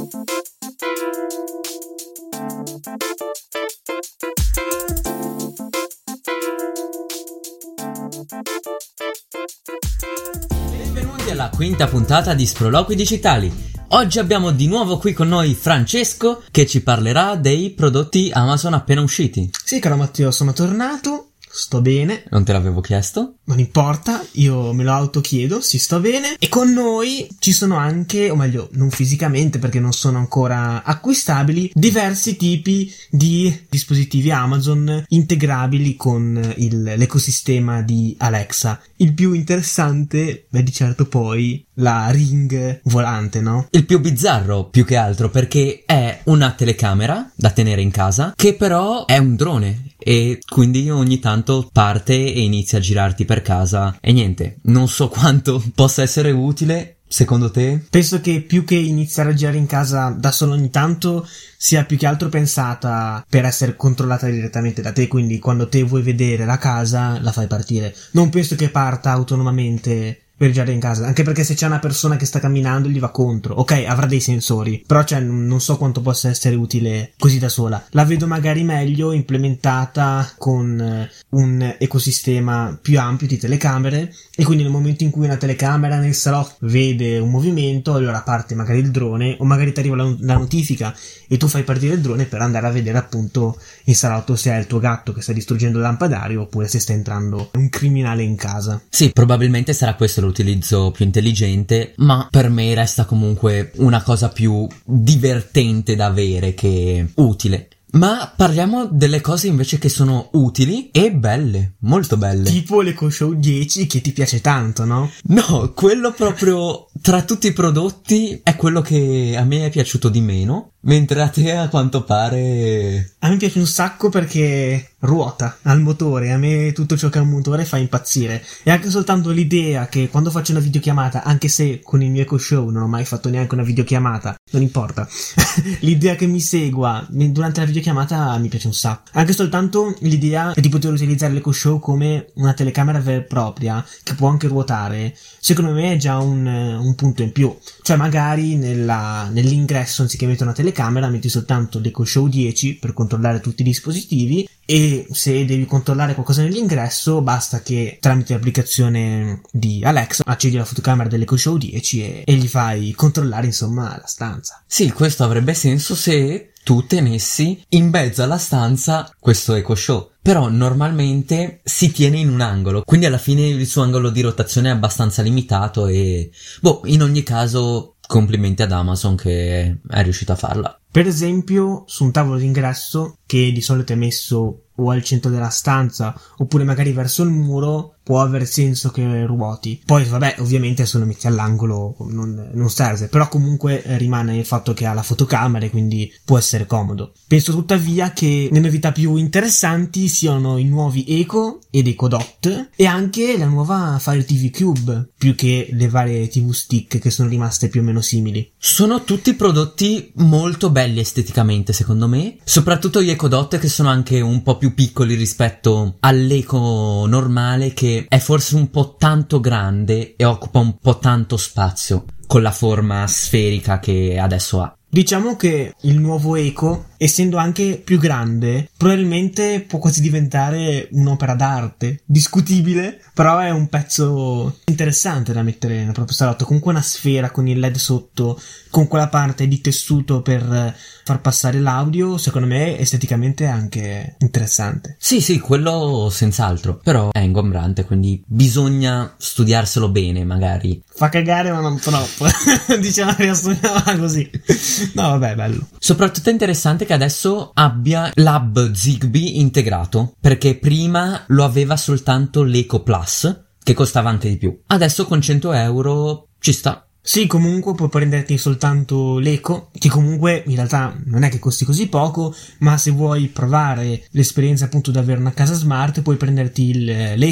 Benvenuti alla quinta puntata di Sproloqui Digitali. Oggi abbiamo di nuovo qui con noi Francesco che ci parlerà dei prodotti Amazon appena usciti. Sì, caro Matteo, sono tornato, sto bene. Non te l'avevo chiesto? Non importa, io me lo autochiedo, sì, sto bene. E con noi ci sono anche, o meglio, non fisicamente perché non sono ancora acquistabili, diversi tipi di dispositivi Amazon integrabili con l'ecosistema di Alexa. Il più interessante è di certo poi la Ring volante, no? Il più bizzarro, più che altro, perché è una telecamera da tenere in casa, che però è un drone. E quindi ogni tanto parte e inizia a girarti per casa e niente, non so quanto possa essere utile. Secondo te? Penso che più che iniziare a girare in casa da solo ogni tanto sia più che altro pensata per essere controllata direttamente da te, quindi quando te vuoi vedere la casa la fai partire. Non penso che parta autonomamente per girare in casa, anche perché se c'è una persona che sta camminando gli va contro. Ok, avrà dei sensori, però non so quanto possa essere utile così da sola. La vedo magari meglio implementata con un ecosistema più ampio di telecamere, e quindi nel momento in cui una telecamera nel salotto vede un movimento, allora parte magari il drone, o magari ti arriva la notifica e tu fai partire il drone per andare a vedere appunto in salotto se è il tuo gatto che sta distruggendo il lampadario oppure se sta entrando un criminale in casa. Sì, probabilmente sarà questo l'utilizzo più intelligente, ma per me resta comunque una cosa più divertente da avere che utile. Ma parliamo delle cose invece che sono utili e belle, molto belle. Tipo l'Echo Show 10 che ti piace tanto, no? No, quello proprio tra tutti i prodotti è quello che a me è piaciuto di meno, mentre a te a quanto pare... A me piace un sacco perché ruota al motore, a me tutto ciò che ha un motore fa impazzire. E anche soltanto l'idea che quando faccio una videochiamata, anche se con il mio Echo Show non ho mai fatto neanche una videochiamata, non importa, l'idea che mi segua durante la videochiamata mi piace un sacco. Anche soltanto l'idea di poter utilizzare l'Echo Show come una telecamera vera e propria che può anche ruotare, secondo me è già un punto in più. Cioè magari nell'ingresso, anziché mettere una telecamera, metti soltanto l'Echo Show 10 per controllare tutti i dispositivi, e se devi controllare qualcosa nell'ingresso basta che tramite l'applicazione di Alexa accedi alla fotocamera dell'Echo Show 10 e gli fai controllare insomma la stanza. Sì, questo avrebbe senso se tu tenessi in mezzo alla stanza questo Echo Show, però normalmente si tiene in un angolo, quindi alla fine il suo angolo di rotazione è abbastanza limitato e in ogni caso complimenti ad Amazon che è riuscito a farla. Per esempio su un tavolo d'ingresso che di solito è messo o al centro della stanza oppure magari verso il muro può avere senso che ruoti. Poi vabbè, ovviamente se lo metti all'angolo non serve, però comunque rimane il fatto che ha la fotocamera e quindi può essere comodo. Penso tuttavia che le novità più interessanti siano i nuovi Echo ed Echo Dot e anche la nuova Fire TV Cube, più che le varie TV Stick che sono rimaste più o meno simili. Sono tutti prodotti molto belli esteticamente secondo me, soprattutto gli Echo Dot che sono anche un po' più piccoli rispetto all'Echo normale che è forse un po' tanto grande e occupa un po' tanto spazio con la forma sferica che adesso ha. Diciamo che il nuovo Echo, essendo anche più grande, probabilmente può quasi diventare un'opera d'arte, discutibile, però è un pezzo interessante da mettere nel proprio salotto, comunque una sfera con il LED sotto, con quella parte di tessuto per far passare l'audio, secondo me esteticamente è anche interessante. Sì, quello senz'altro, però è ingombrante, quindi bisogna studiarselo bene magari. Fa cagare ma non troppo, diciamo riassumiamola così. No vabbè, bello. Soprattutto è interessante che adesso abbia l'hub Zigbee integrato, perché prima lo aveva soltanto l'Echo Plus, che costava anche di più. Adesso con 100 euro ci sta. Sì, comunque puoi prenderti soltanto l'Echo, che comunque in realtà non è che costi così poco, ma se vuoi provare l'esperienza appunto di avere una casa smart puoi prenderti l'Echo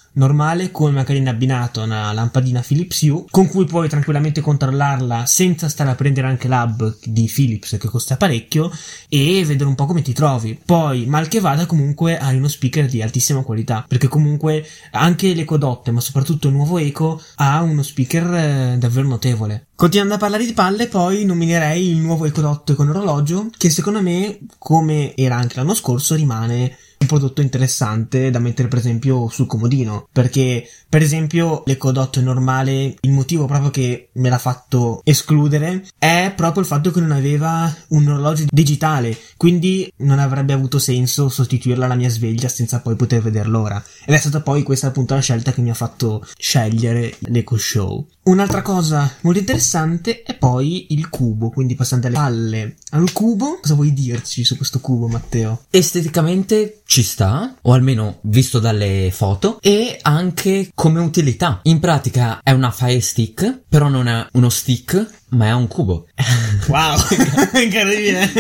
normale con magari in abbinato una lampadina Philips Hue con cui puoi tranquillamente controllarla senza stare a prendere anche l'hub di Philips che costa parecchio e vedere un po' come ti trovi. Poi mal che vada comunque hai uno speaker di altissima qualità, perché comunque anche l'Echo Dot ma soprattutto il nuovo Echo ha uno speaker davvero notevole. Continuando a parlare di palle, poi nominerei il nuovo Echo Dot con orologio, che secondo me, come era anche l'anno scorso, rimane un prodotto interessante da mettere per esempio sul comodino, perché per esempio l'Echo Dot normale, il motivo proprio che me l'ha fatto escludere è proprio il fatto che non aveva un orologio digitale, quindi non avrebbe avuto senso sostituirla alla mia sveglia senza poi poter vedere l'ora, ed è stata poi questa appunto la scelta che mi ha fatto scegliere l'Echo Show. Un'altra cosa molto interessante è poi il cubo, quindi passando dalle palle al cubo, cosa vuoi dirci su questo cubo, Matteo? Esteticamente ci sta, o almeno visto dalle foto, e anche come utilità. In pratica è una Fire Stick, però non è uno stick, ma è un cubo. Wow, incredibile!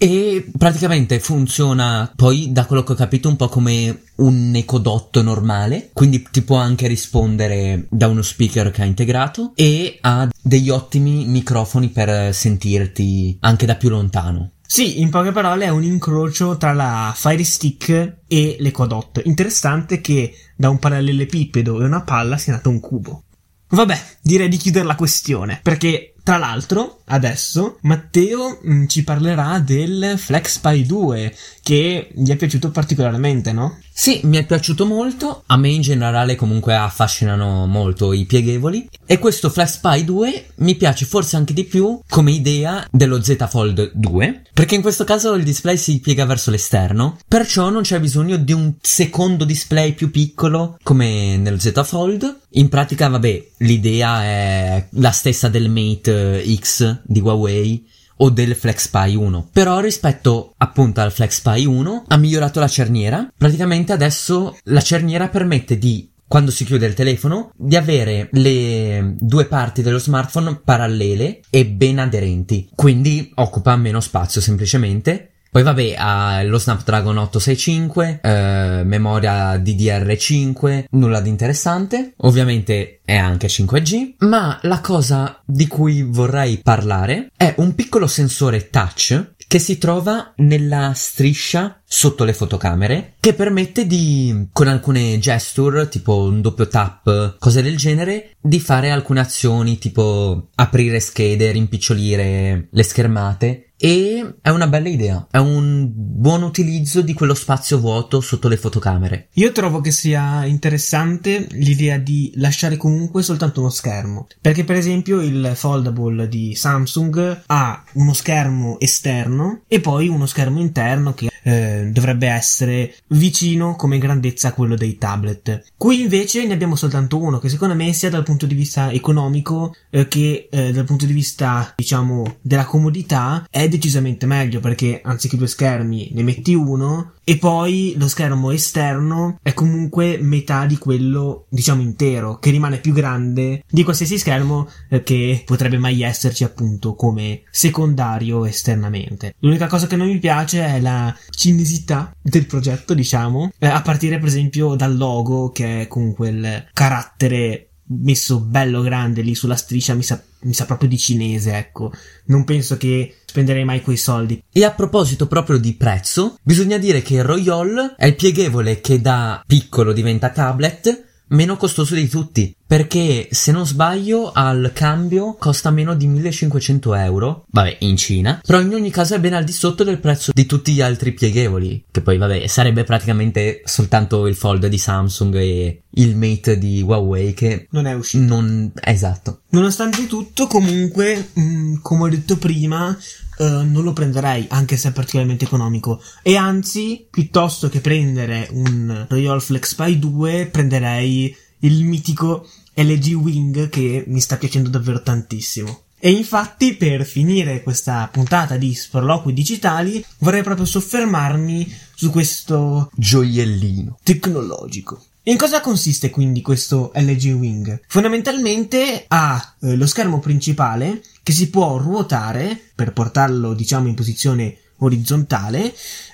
E praticamente funziona poi, da quello che ho capito, un po' come un Echo Dot normale, quindi ti può anche rispondere da uno speaker che ha integrato e ha degli ottimi microfoni per sentirti anche da più lontano. Sì, in poche parole è un incrocio tra la Fire Stick e l'Echo Dot. Interessante che da un parallelepipedo e una palla sia nato un cubo. Vabbè, direi di chiudere la questione, perché tra l'altro adesso Matteo ci parlerà del FlexPy 2, che gli è piaciuto particolarmente, no? Sì, mi è piaciuto molto, a me in generale comunque affascinano molto i pieghevoli, e questo FlexPy 2 mi piace forse anche di più come idea dello Z Fold 2, perché in questo caso il display si piega verso l'esterno, perciò non c'è bisogno di un secondo display più piccolo come nel Z Fold. In pratica, vabbè, l'idea è la stessa del Mate X di Huawei o del FlexPy 1, però rispetto appunto al FlexPy 1 ha migliorato la cerniera. Praticamente adesso la cerniera permette di, quando si chiude il telefono, di avere le due parti dello smartphone parallele e ben aderenti, quindi occupa meno spazio semplicemente. Poi vabbè, ha lo Snapdragon 865, memoria DDR5, nulla di interessante, ovviamente è anche 5G, ma la cosa di cui vorrei parlare è un piccolo sensore touch che si trova nella striscia sotto le fotocamere, che permette di, con alcune gesture, tipo un doppio tap, cose del genere, di fare alcune azioni tipo aprire schede, rimpicciolire le schermate. E è una bella idea, è un buon utilizzo di quello spazio vuoto sotto le fotocamere. Io trovo che sia interessante l'idea di lasciare comunque soltanto uno schermo, perché per esempio il Foldable di Samsung ha uno schermo esterno e poi uno schermo interno che dovrebbe essere vicino come grandezza a quello dei tablet. Qui invece ne abbiamo soltanto uno, che secondo me sia dal punto di vista economico che dal punto di vista, diciamo, della comodità è decisamente meglio, perché anziché due schermi ne metti uno e poi lo schermo esterno è comunque metà di quello, diciamo, intero, che rimane più grande di qualsiasi schermo che potrebbe mai esserci appunto come secondario esternamente. L'unica cosa che non mi piace è la cinesità del progetto, diciamo, a partire per esempio dal logo, che è comunque il carattere messo bello grande lì sulla striscia, mi sa proprio di cinese, ecco. Non penso che spenderei mai quei soldi. E a proposito proprio di prezzo, bisogna dire che il Royol è il pieghevole che da piccolo diventa tablet meno costoso di tutti, perché se non sbaglio al cambio costa meno di 1500 euro, vabbè, in Cina, però in ogni caso è ben al di sotto del prezzo di tutti gli altri pieghevoli, che poi vabbè sarebbe praticamente soltanto il Fold di Samsung e il Mate di Huawei che non è uscito. Esatto. Nonostante tutto, comunque, come ho detto prima, non lo prenderei, anche se è particolarmente economico, e anzi, piuttosto che prendere un Royol FlexPy 2, prenderei il mitico LG Wing, che mi sta piacendo davvero tantissimo. E infatti, per finire questa puntata di sproloqui digitali, vorrei proprio soffermarmi su questo gioiellino tecnologico. In cosa consiste quindi questo LG Wing? Fondamentalmente ha lo schermo principale che si può ruotare per portarlo, diciamo, in posizione orizzontale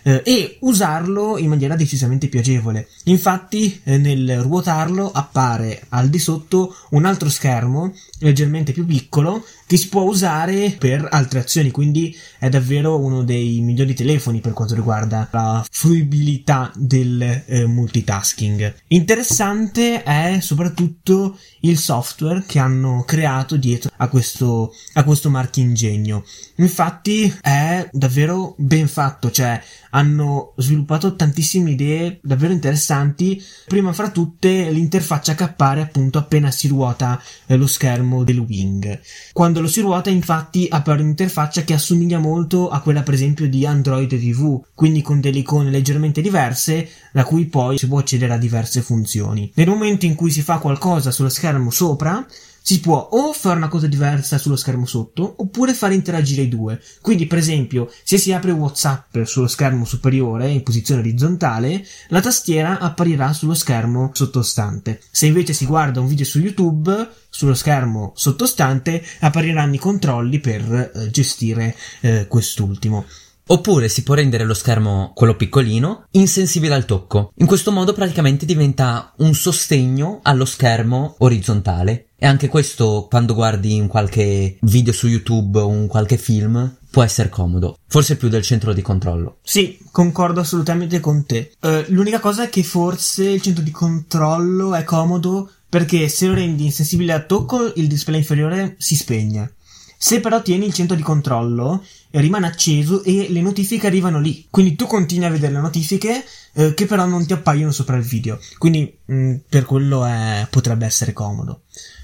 e usarlo in maniera decisamente più agevole. Infatti nel ruotarlo appare al di sotto un altro schermo leggermente più piccolo che si può usare per altre azioni, quindi è davvero uno dei migliori telefoni per quanto riguarda la fruibilità del multitasking. Interessante è soprattutto il software che hanno creato dietro a questo marchingegno. Infatti è davvero ben fatto, cioè hanno sviluppato tantissime idee davvero interessanti, prima fra tutte l'interfaccia che appare appunto appena si ruota lo schermo del Wing. Quando lo si ruota infatti appare un'interfaccia che assomiglia molto a quella per esempio di Android TV, quindi con delle icone leggermente diverse da cui poi si può accedere a diverse funzioni. Nel momento in cui si fa qualcosa sullo schermo sopra, si può o fare una cosa diversa sullo schermo sotto, oppure fare interagire i due. Quindi, per esempio, se si apre WhatsApp sullo schermo superiore, in posizione orizzontale, la tastiera apparirà sullo schermo sottostante. Se invece si guarda un video su YouTube, sullo schermo sottostante appariranno i controlli per gestire quest'ultimo. Oppure si può rendere lo schermo, quello piccolino, insensibile al tocco. In questo modo praticamente diventa un sostegno allo schermo orizzontale. E anche questo, quando guardi un qualche video su YouTube o un qualche film, può essere comodo. Forse più del centro di controllo. Sì, concordo assolutamente con te. L'unica cosa è che forse il centro di controllo è comodo perché se lo rendi insensibile al tocco, il display inferiore si spegne. Se però tieni il centro di controllo, rimane acceso e le notifiche arrivano lì. Quindi tu continui a vedere le notifiche che però non ti appaiono sopra il video. Quindi per quello potrebbe essere comodo.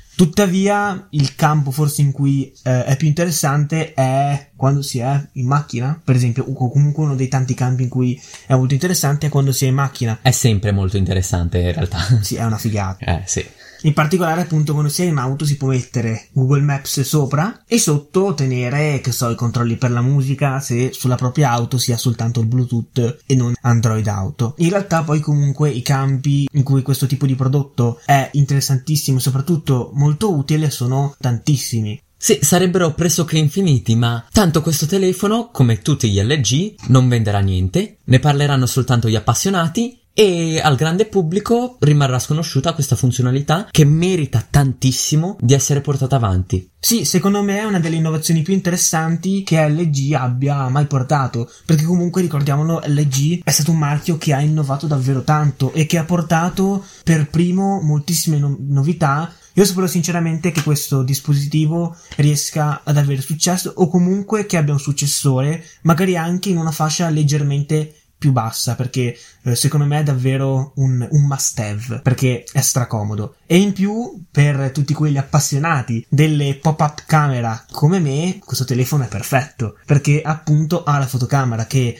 Tuttavia il campo forse in cui è più interessante è quando si è in macchina, per esempio, o comunque uno dei tanti campi in cui è molto interessante è quando si è in macchina. È sempre molto interessante in realtà. Sì, è una figata. Sì. In particolare appunto quando si è in auto si può mettere Google Maps sopra e sotto tenere, che so, i controlli per la musica se sulla propria auto si ha soltanto il Bluetooth e non Android Auto. In realtà poi comunque i campi in cui questo tipo di prodotto è interessantissimo e soprattutto molto utile sono tantissimi. Sì, sarebbero pressoché infiniti, ma tanto questo telefono, come tutti gli LG, non venderà niente, ne parleranno soltanto gli appassionati e al grande pubblico rimarrà sconosciuta questa funzionalità che merita tantissimo di essere portata avanti. Sì, secondo me è una delle innovazioni più interessanti che LG abbia mai portato, perché comunque ricordiamolo, LG è stato un marchio che ha innovato davvero tanto e che ha portato per primo moltissime novità. Io spero sinceramente che questo dispositivo riesca ad avere successo o comunque che abbia un successore, magari anche in una fascia leggermente più bassa, perché secondo me è davvero un must have, perché è stracomodo. E in più, per tutti quelli appassionati delle pop-up camera come me, questo telefono è perfetto, perché appunto ha la fotocamera che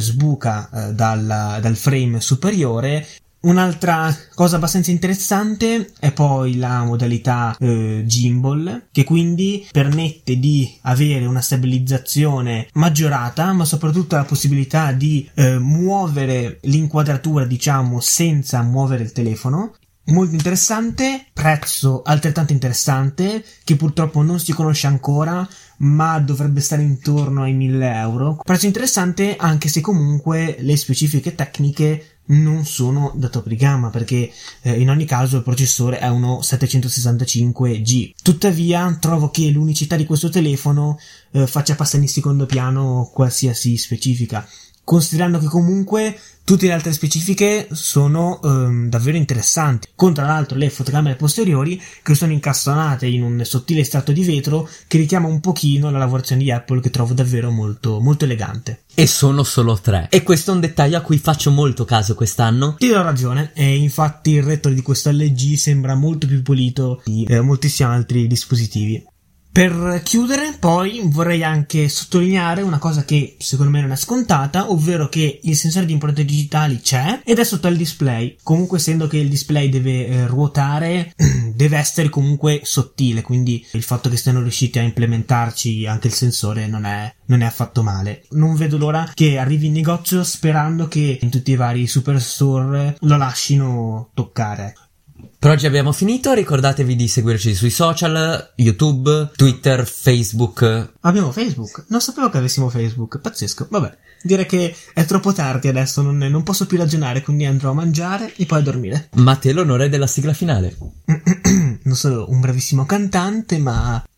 sbuca dal frame superiore. Un'altra cosa abbastanza interessante è poi la modalità gimbal, che quindi permette di avere una stabilizzazione maggiorata, ma soprattutto la possibilità di muovere l'inquadratura, diciamo, senza muovere il telefono. Molto interessante, prezzo altrettanto interessante, che purtroppo non si conosce ancora, ma dovrebbe stare intorno ai 1.000 euro. Prezzo interessante anche se comunque le specifiche tecniche non sono da top di gamma, perché in ogni caso il processore è uno 765G. Tuttavia trovo che l'unicità di questo telefono faccia passare in secondo piano qualsiasi specifica, considerando che comunque tutte le altre specifiche sono davvero interessanti, con tra l'altro le fotocamere posteriori che sono incastonate in un sottile strato di vetro che richiama un pochino la lavorazione di Apple, che trovo davvero molto, molto elegante. E sono solo 3. E questo è un dettaglio a cui faccio molto caso quest'anno. Ti do ragione, e infatti il retro di questo LG sembra molto più pulito di moltissimi altri dispositivi. Per chiudere, poi vorrei anche sottolineare una cosa che secondo me non è scontata, ovvero che il sensore di impronte digitali c'è ed è sotto al display. Comunque, essendo che il display deve ruotare, deve essere comunque sottile, quindi il fatto che stiano riusciti a implementarci anche il sensore non è affatto male. Non vedo l'ora che arrivi in negozio, sperando che in tutti i vari superstore lo lascino toccare. Per oggi abbiamo finito, ricordatevi di seguirci sui social, YouTube, Twitter, Facebook. Abbiamo Facebook? Non sapevo che avessimo Facebook, pazzesco. Vabbè, direi che è troppo tardi adesso, non posso più ragionare, quindi andrò a mangiare e poi a dormire. Ma te l'onore della sigla finale. Non sono un bravissimo cantante, ma